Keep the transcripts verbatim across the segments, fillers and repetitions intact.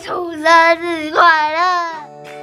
楚生日快乐！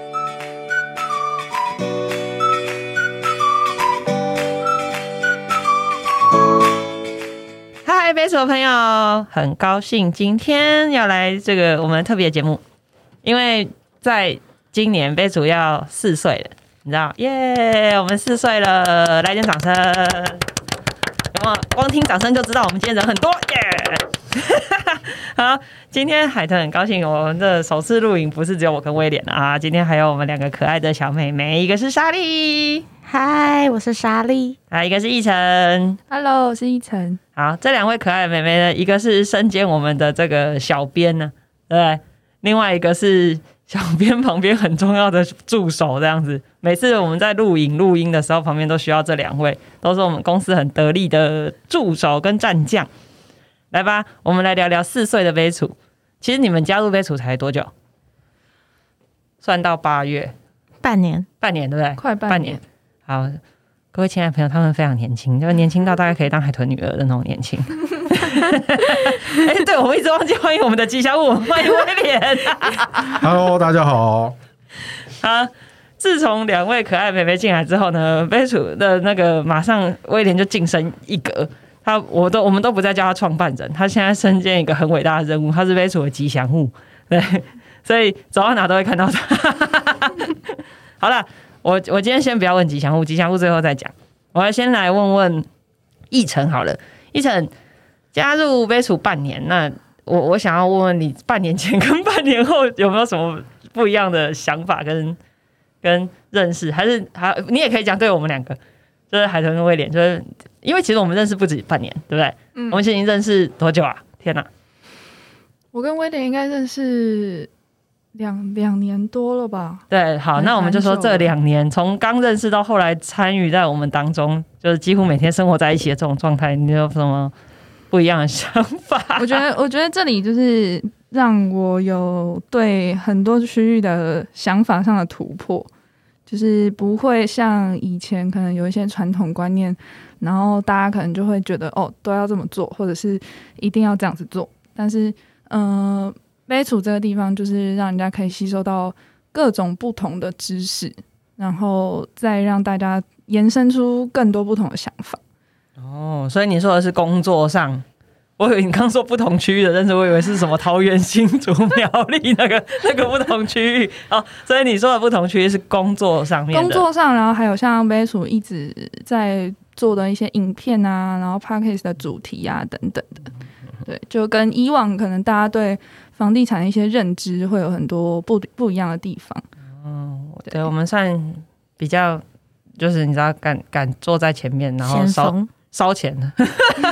嗨，杯楚的朋友，很高兴今天要来这个我们特别节目，因为在今年杯楚要四岁了，你知道，耶，我们四岁了，来点掌声。有没有？光听掌声就知道我们今天人很多，耶！好，今天海豚很高兴，我们的首次录影不是只有我跟威廉啊，今天还有我们两个可爱的小妹妹，一个是莎莉， 嗨，我是莎莉， 啊，一个是奕晨 ，Hello， 我是奕晨。 好，这两位可爱的妹妹呢，一个是身兼我们的这个小编呢，对不对？另外一个是小编旁边很重要的助手，这样子。每次我们在录影录音的时候，旁边都需要这两位，都是我们公司很得力的助手跟战将。来吧，我们来聊聊四岁的杯楚。其实你们加入杯楚才多久？算到八月， 半年， 半年对不对？ 快半年。 半年。好，各位亲爱的朋友，他们非常年轻，就是年轻到大概可以当海豚女儿的那种年轻。哎、欸，对，我们一直忘记欢迎我们的吉祥物，欢迎威廉。 Hello， 大家好。 好，自从两位可爱妹妹进来之后呢，杯楚的那个马上威廉就晋升一格。他我都我们都不再叫他创办人，他现在身兼一个很伟大的任务，他是杯楚的吉祥物，对，所以走到哪都会看到他。好了，我我今天先不要问吉祥物，吉祥物最后再讲。我要先来问问奕晨好了，奕晨加入杯楚半年，那我我想要问问你，半年前跟半年后有没有什么不一样的想法跟跟认识？还是还你也可以讲对我们两个，就是海豚跟威廉，就是因为其实我们认识不止半年，对不对？嗯、我们已经认识多久啊？天哪！ 我跟威廉应该认识两两年多了吧？ 对，好，那我们就说这两年，从刚认识到后来参与在我们当中，就是几乎每天生活在一起的这种状态，你有什么不一样的想法？ 我觉得，我觉得这里就是让我有对很多区域的想法上的突破，就是不会像以前可能有一些传统观念，然后大家可能就会觉得哦都要这么做，或者是一定要这样子做。但是，呃，杯楚这个地方就是让人家可以吸收到各种不同的知识，然后再让大家延伸出更多不同的想法。 哦，所以你说的是工作上，我以为你刚说不同区域的认识，我以为是什么桃园、新竹、苗栗那个那个不同区域哦。所以你说的不同区域是工作上面的， 工作上，然后还有像杯楚一直在做的一些影片啊，然后 podcast 的主题啊等等的，对，就跟以往可能大家对房地产的一些认知会有很多不不一样的地方。 嗯，对，我们算比较就是你知道敢敢坐在前面，然后烧烧钱的，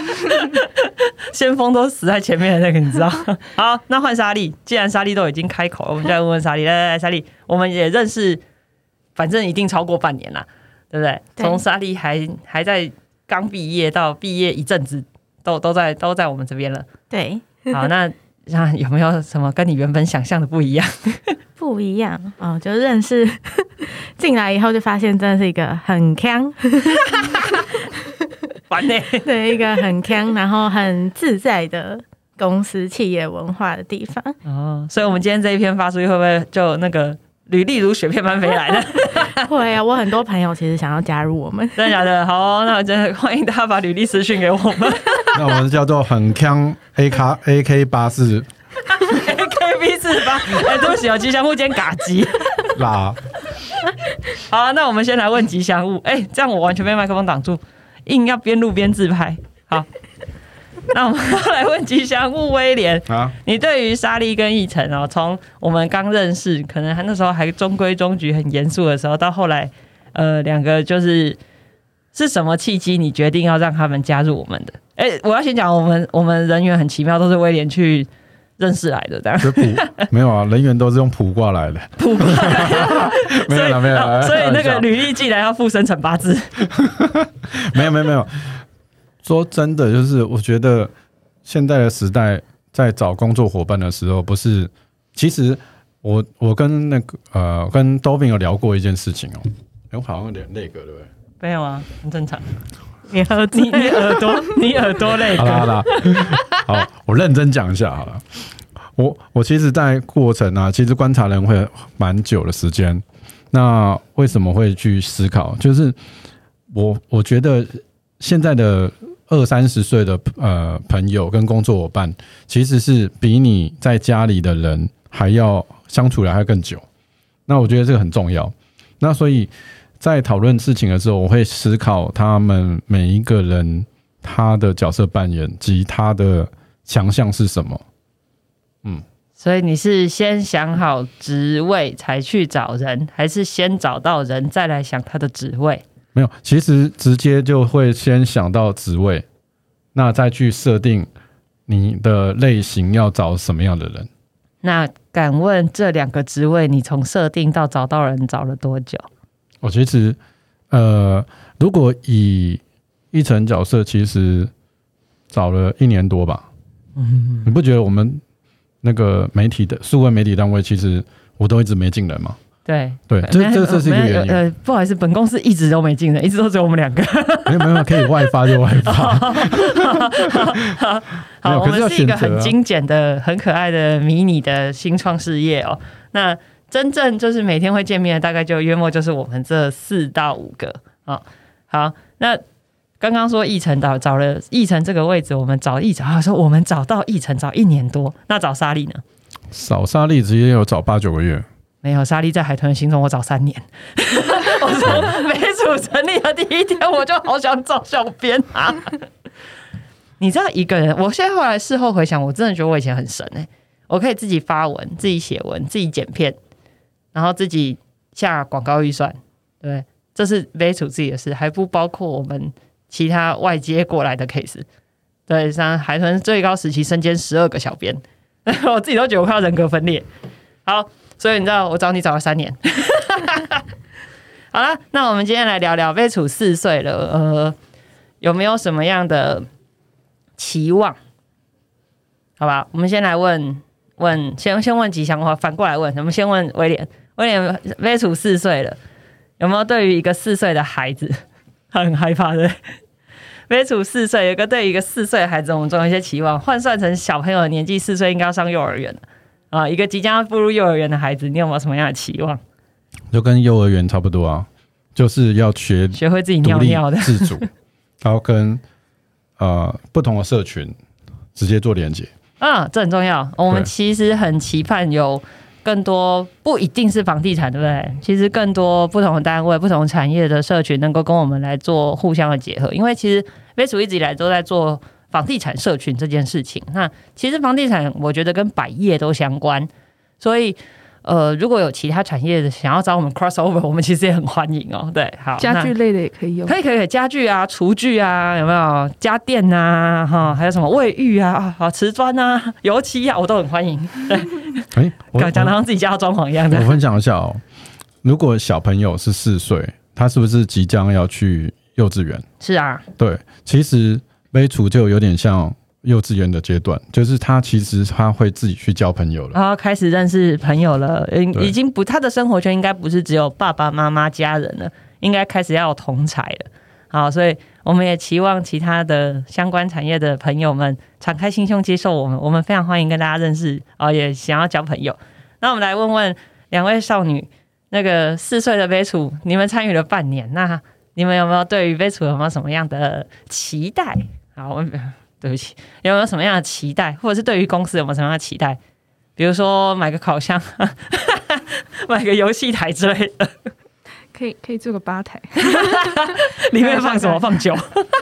先锋都死在前面的那个，你知道？好，那换莎莉，既然莎莉都已经开口了，我们就来问问莎莉。来来来，莎莉，我们也认识，反正一定超过半年啦，对不对？从莎莉还还在刚毕业到毕业一阵子，都都在都在我们这边了。 对， 好，那那有没有什么跟你原本想象的不一样？ 不一样哦，就认识进来以后就发现真的是一个很强。 烦呢、欸， 对，一个很强，然后很自在的公司企业文化的地方。 哦，所以我们今天这一篇发出去，会不会就那个履历如雪片般飞来的？ 会啊，我很多朋友其实想要加入我们。 真的假的？好、哦，那我真的欢迎大家把履历私讯给我们。 那我们叫做很强 A K A K 八四 A K B 四八。哎，对不起哦，吉祥物兼嘎吉啦。 好、啊，那我们先来问吉祥物。哎，这样我完全被麦克风挡住。硬要边录边自拍，好，那我们要来问吉祥物威廉啊，你对于莎莉跟奕晨哦，从我们刚认识，可能那时候还中规中矩、很严肃的时候，到后来，呃，两个就是是什么契机，你决定要让他们加入我们的？哎、欸，我要先讲，我们我们人员很奇妙，都是威廉去认识来的，这样。 没有啊，人员都是用卜卦来的。 卜卦没有了，没有了。 所以那个履历寄来要附生辰八字。 没有，没有，没有。说真的，就是我觉得现在的时代，在找工作伙伴的时候，不是，其实我我跟那个呃跟 Dovin 有聊过一件事情哦、喔。哎，我好像有点那个，对不对？ 没有啊，很正常。 你耳你你耳朵你耳朵那个。 好啦好啦，好，我认真讲一下好了。 我我其实，在过程啊，其实观察人会蛮久的时间。那为什么会去思考？就是我我觉得现在的二三十岁的呃朋友跟工作伙伴，其实是比你在家里的人还要相处的还要更久。那我觉得这个很重要。那所以在讨论事情的时候，我会思考他们每一个人他的角色扮演及他的强项是什么。嗯。 所以你是先想好职位才去找人，还是先找到人再来想他的职位？ 没有，其实直接就会先想到职位，那再去设定你的类型要找什么样的人。 那敢问这两个职位，你从设定到找到人找了多久？ 我其实呃，如果以一层角色，其实找了一年多吧。嗯，你不觉得我们那个媒体的数位媒体单位，其实我都一直没进人吗？ 对对，这这这是一个原因。 呃，不好意思，本公司一直都没进人，一直都只有我们两个。 没有没有，可以外发就外发。 好，我们是一个很精简的、很可爱的迷你的新创事业哦。那真正就是每天会见面的，大概就约莫就是我们这四到五个哦。好，那刚刚说议程找找了议程这个位置，我们找议程，他说我们找到议程找一年多，那找莎莉呢？ 找莎莉直接有找八九个月。 没有，莎莉在海豚的心中我找三年。我从美组成立的第一天，我就好想找小编啊。你知道一个人，我现在后来事后回想，我真的觉得我以前很神哎、欸，我可以自己发文、自己写文、自己剪片，然后自己下广告预算，对，这是美组自己的事，还不包括我们其他外接过来的 case。对，像海豚最高时期身兼十二个小编，我自己都觉得我快要人格分裂。好。所以你知道我找你找了三年。好了，那我们今天来聊聊贝楚四岁了，呃，有没有什么样的期望？好吧，我们先来问问，先先问吉祥话，反过来问，我们先问威廉。威廉，贝楚四岁了，有没有对于一个四岁的孩子，他很害怕的？贝楚四岁，有个对于一个四岁的孩子，我们总有一些期望，换算成小朋友的年纪，四岁应该要上幼儿园了。啊，一个即将要步入幼儿园的孩子，你有没有什么样的期望？ 就跟幼儿园差不多啊，就是要学学会自己尿尿的自主，然后跟呃不同的社群直接做连接。 啊，这很重要。我们其实很期盼有更多，不一定是房地产，对不对？其实更多不同的单位、不同产业的社群能够跟我们来做互相的结合，因为其实贝楚一直以来都在做房地产社群这件事情，那其实房地产我觉得跟百业都相关，所以呃，如果有其他产业的想要找我们 crossover， 我们其实也很欢迎哦。对，好， 家具类的也可以有， 可以可以，家具啊、厨具啊，有没有家电啊？哈，还有什么卫浴啊、好瓷砖啊、油漆啊，我都很欢迎。对， 哎、欸， 讲的好像自己家要装潢一样的。 我分享一下哦，如果小朋友是四岁，他是不是即将要去幼稚园？ 是啊， 对，其实。贝楚就有点像幼稚园的阶段，就是他其实他会自己去交朋友了， 然后开始认识朋友了，已经不，他的生活圈应该不是只有爸爸妈妈家人了，应该开始要有同侪了。好，所以我们也期望其他的相关产业的朋友们敞开心胸接受我们，我们非常欢迎跟大家认识啊、哦，也想要交朋友。那我们来问问两位少女，那个四岁的贝楚，你们参与了半年，那你们有没有对于贝楚有没有什么样的期待？好，我对不起，有没有什么样的期待，或者是对于公司有没有什么样的期待？比如说买个烤箱，买个游戏台之类的， 可以可以做个吧台， 里面放什么？放酒。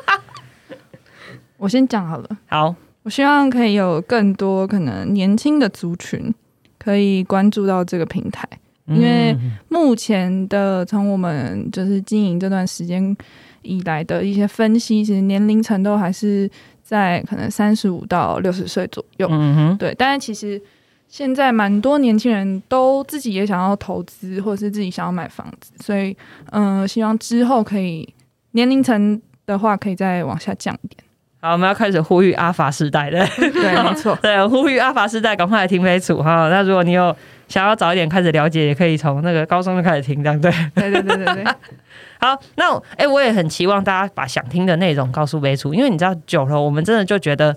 我先讲好了。 好， 我希望可以有更多可能年轻的族群可以关注到这个平台，因为目前的从我们就是经营这段时间以来的一些分析，其实年龄层都还是在可能三十五到六十岁左右。嗯哼，对。但是其实现在蛮多年轻人都自己也想要投资，或者是自己想要买房子，所以嗯、呃，希望之后可以年龄层的话可以再往下降一点。 好，我们要开始呼吁阿法世代的， 对，没错， 对，呼吁阿法世代赶快来听贝楚哈。那如果你有想要早一点开始了解，也可以从那个高中就开始听，这样对， 对对对对对。 好，那哎、欸，我也很期望大家把想听的内容告诉贝楚，因为你知道久了，我们真的就觉得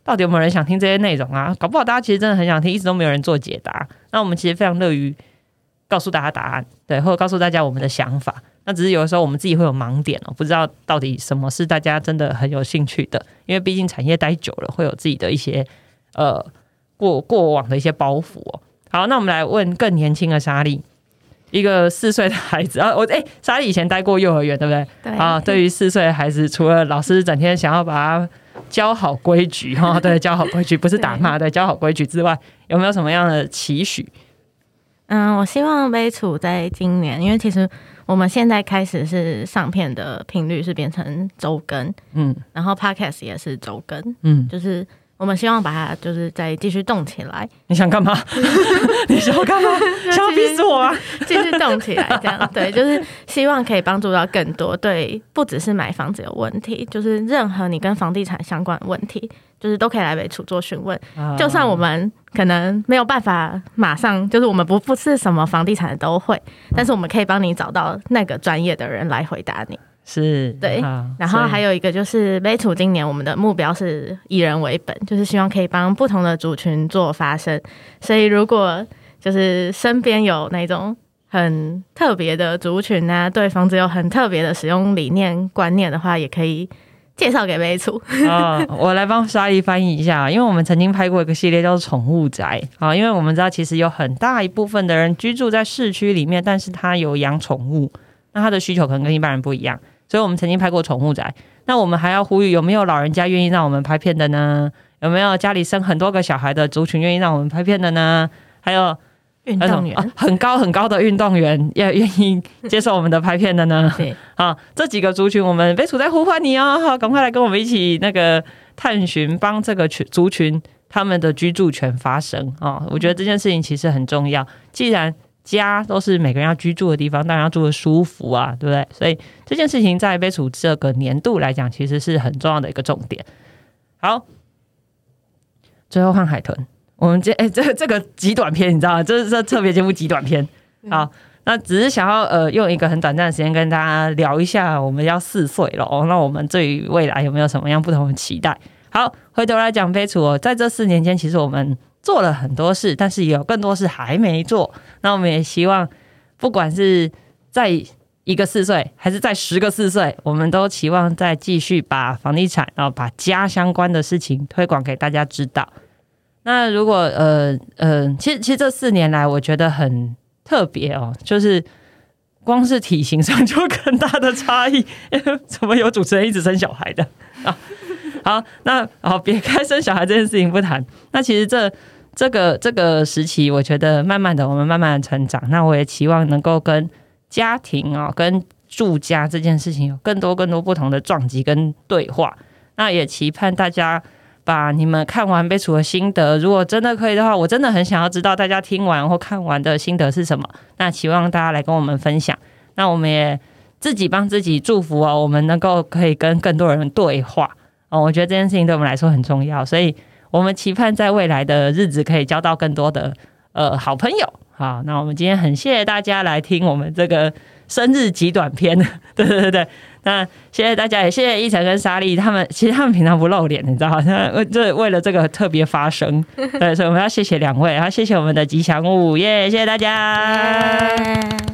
到底有没有人想听这些内容啊？搞不好大家其实真的很想听，一直都没有人做解答。那我们其实非常乐于告诉大家答案，对，或者告诉大家我们的想法。那只是有的时候我们自己会有盲点哦，不知道到底什么是大家真的很有兴趣的，因为毕竟产业待久了，会有自己的一些呃过过往的一些包袱哦。好，那我们来问更年轻的莎莉，一个四岁的孩子啊，我哎，莎莉以前待过幼儿园，对不对？ 对啊，对于四岁的孩子，除了老师整天想要把他教好规矩哈，对，教好规矩不是打骂，对，教好规矩之外，有没有什么样的期许？ 嗯，我希望杯楚在今年，因为其实我们现在开始是上片的频率是变成周更，嗯，然后 podcast 也是周更，嗯，就是我们希望把它就是再继续动起来。 你想干嘛？你想要干嘛？想要逼死我吗？ 继续动起来，这样对，就是希望可以帮助到更多对，不只是买房子有问题，就是任何你跟房地产相关的问题，就是都可以来杯楚做询问。啊、就算我们可能没有办法马上，就是我们不不是什么房地产的都会，但是我们可以帮你找到那个专业的人来回答你。 是， 对，然后还有一个就是杯楚今年我们的目标是以人为本，就是希望可以帮不同的族群做发声，所以如果就是身边有那种很特别的族群啊，对房子有很特别的使用理念观念的话，也可以介绍给杯楚。 哦，我来帮莎莉翻译一下，因为我们曾经拍过一个系列叫做宠物宅啊，因为我们知道其实有很大一部分的人居住在市区里面，但是他有养宠物，那他的需求可能跟一般人不一样，所以我们曾经拍过宠物宅。那我们还要呼吁，有没有老人家愿意让我们拍片的呢？有没有家里生很多个小孩的族群愿意让我们拍片的呢？还有运动员、 啊、很高很高的运动员也愿意接受我们的拍片的呢？ 对， 好，这几个族群我们杯楚在呼唤你哦，好，赶快来跟我们一起那个探寻，帮这个族群他们的居住权发声哦。我觉得这件事情其实很重要，既然家都是每个人要居住的地方，当然要住得舒服啊，对不对？所以这件事情在杯楚这个年度来讲，其实是很重要的一个重点。好，最后换海豚。我们这哎、欸，这这个极短篇，你知道吗？这是这特别节目极短篇。好，那只是想要呃用一个很短暂的时间跟大家聊一下，我们要四岁了哦，那我们对于未来有没有什么样不同的期待？好，回头来讲杯楚哦，在这四年间，其实我们做了很多事，但是也有更多事还没做。那我们也希望，不管是在一个四岁，还是在十个四岁，我们都期望再继续把房地产，然后把家相关的事情推广给大家知道。那如果呃呃，其实其实这四年来，我觉得很特别哦，就是光是体型上就很大的差异。怎么有主持人一直生小孩的啊？好，那好，别开生小孩这件事情不谈。那其实这这个这个时期，我觉得慢慢的，我们慢慢的成长。那我也期望能够跟家庭啊、哦，跟住家这件事情有更多更多不同的撞击跟对话。那也期盼大家把你们看完杯楚的心得，如果真的可以的话，我真的很想要知道大家听完或看完的心得是什么。那期望大家来跟我们分享。那我们也自己帮自己祝福哦，我们能够可以跟更多人对话哦。我觉得这件事情对我们来说很重要，所以我们期盼在未来的日子可以交到更多的呃好朋友。好，那我们今天很谢谢大家来听我们这个生日极短篇，对对对对。那谢谢大家，也谢谢奕晨跟莎莉，他们其实他们平常不露脸，你知道吗？这为了这个特别发声，对，所以我们要谢谢两位，然后谢谢我们的吉祥物，耶、yeah, 谢谢大家。Yeah.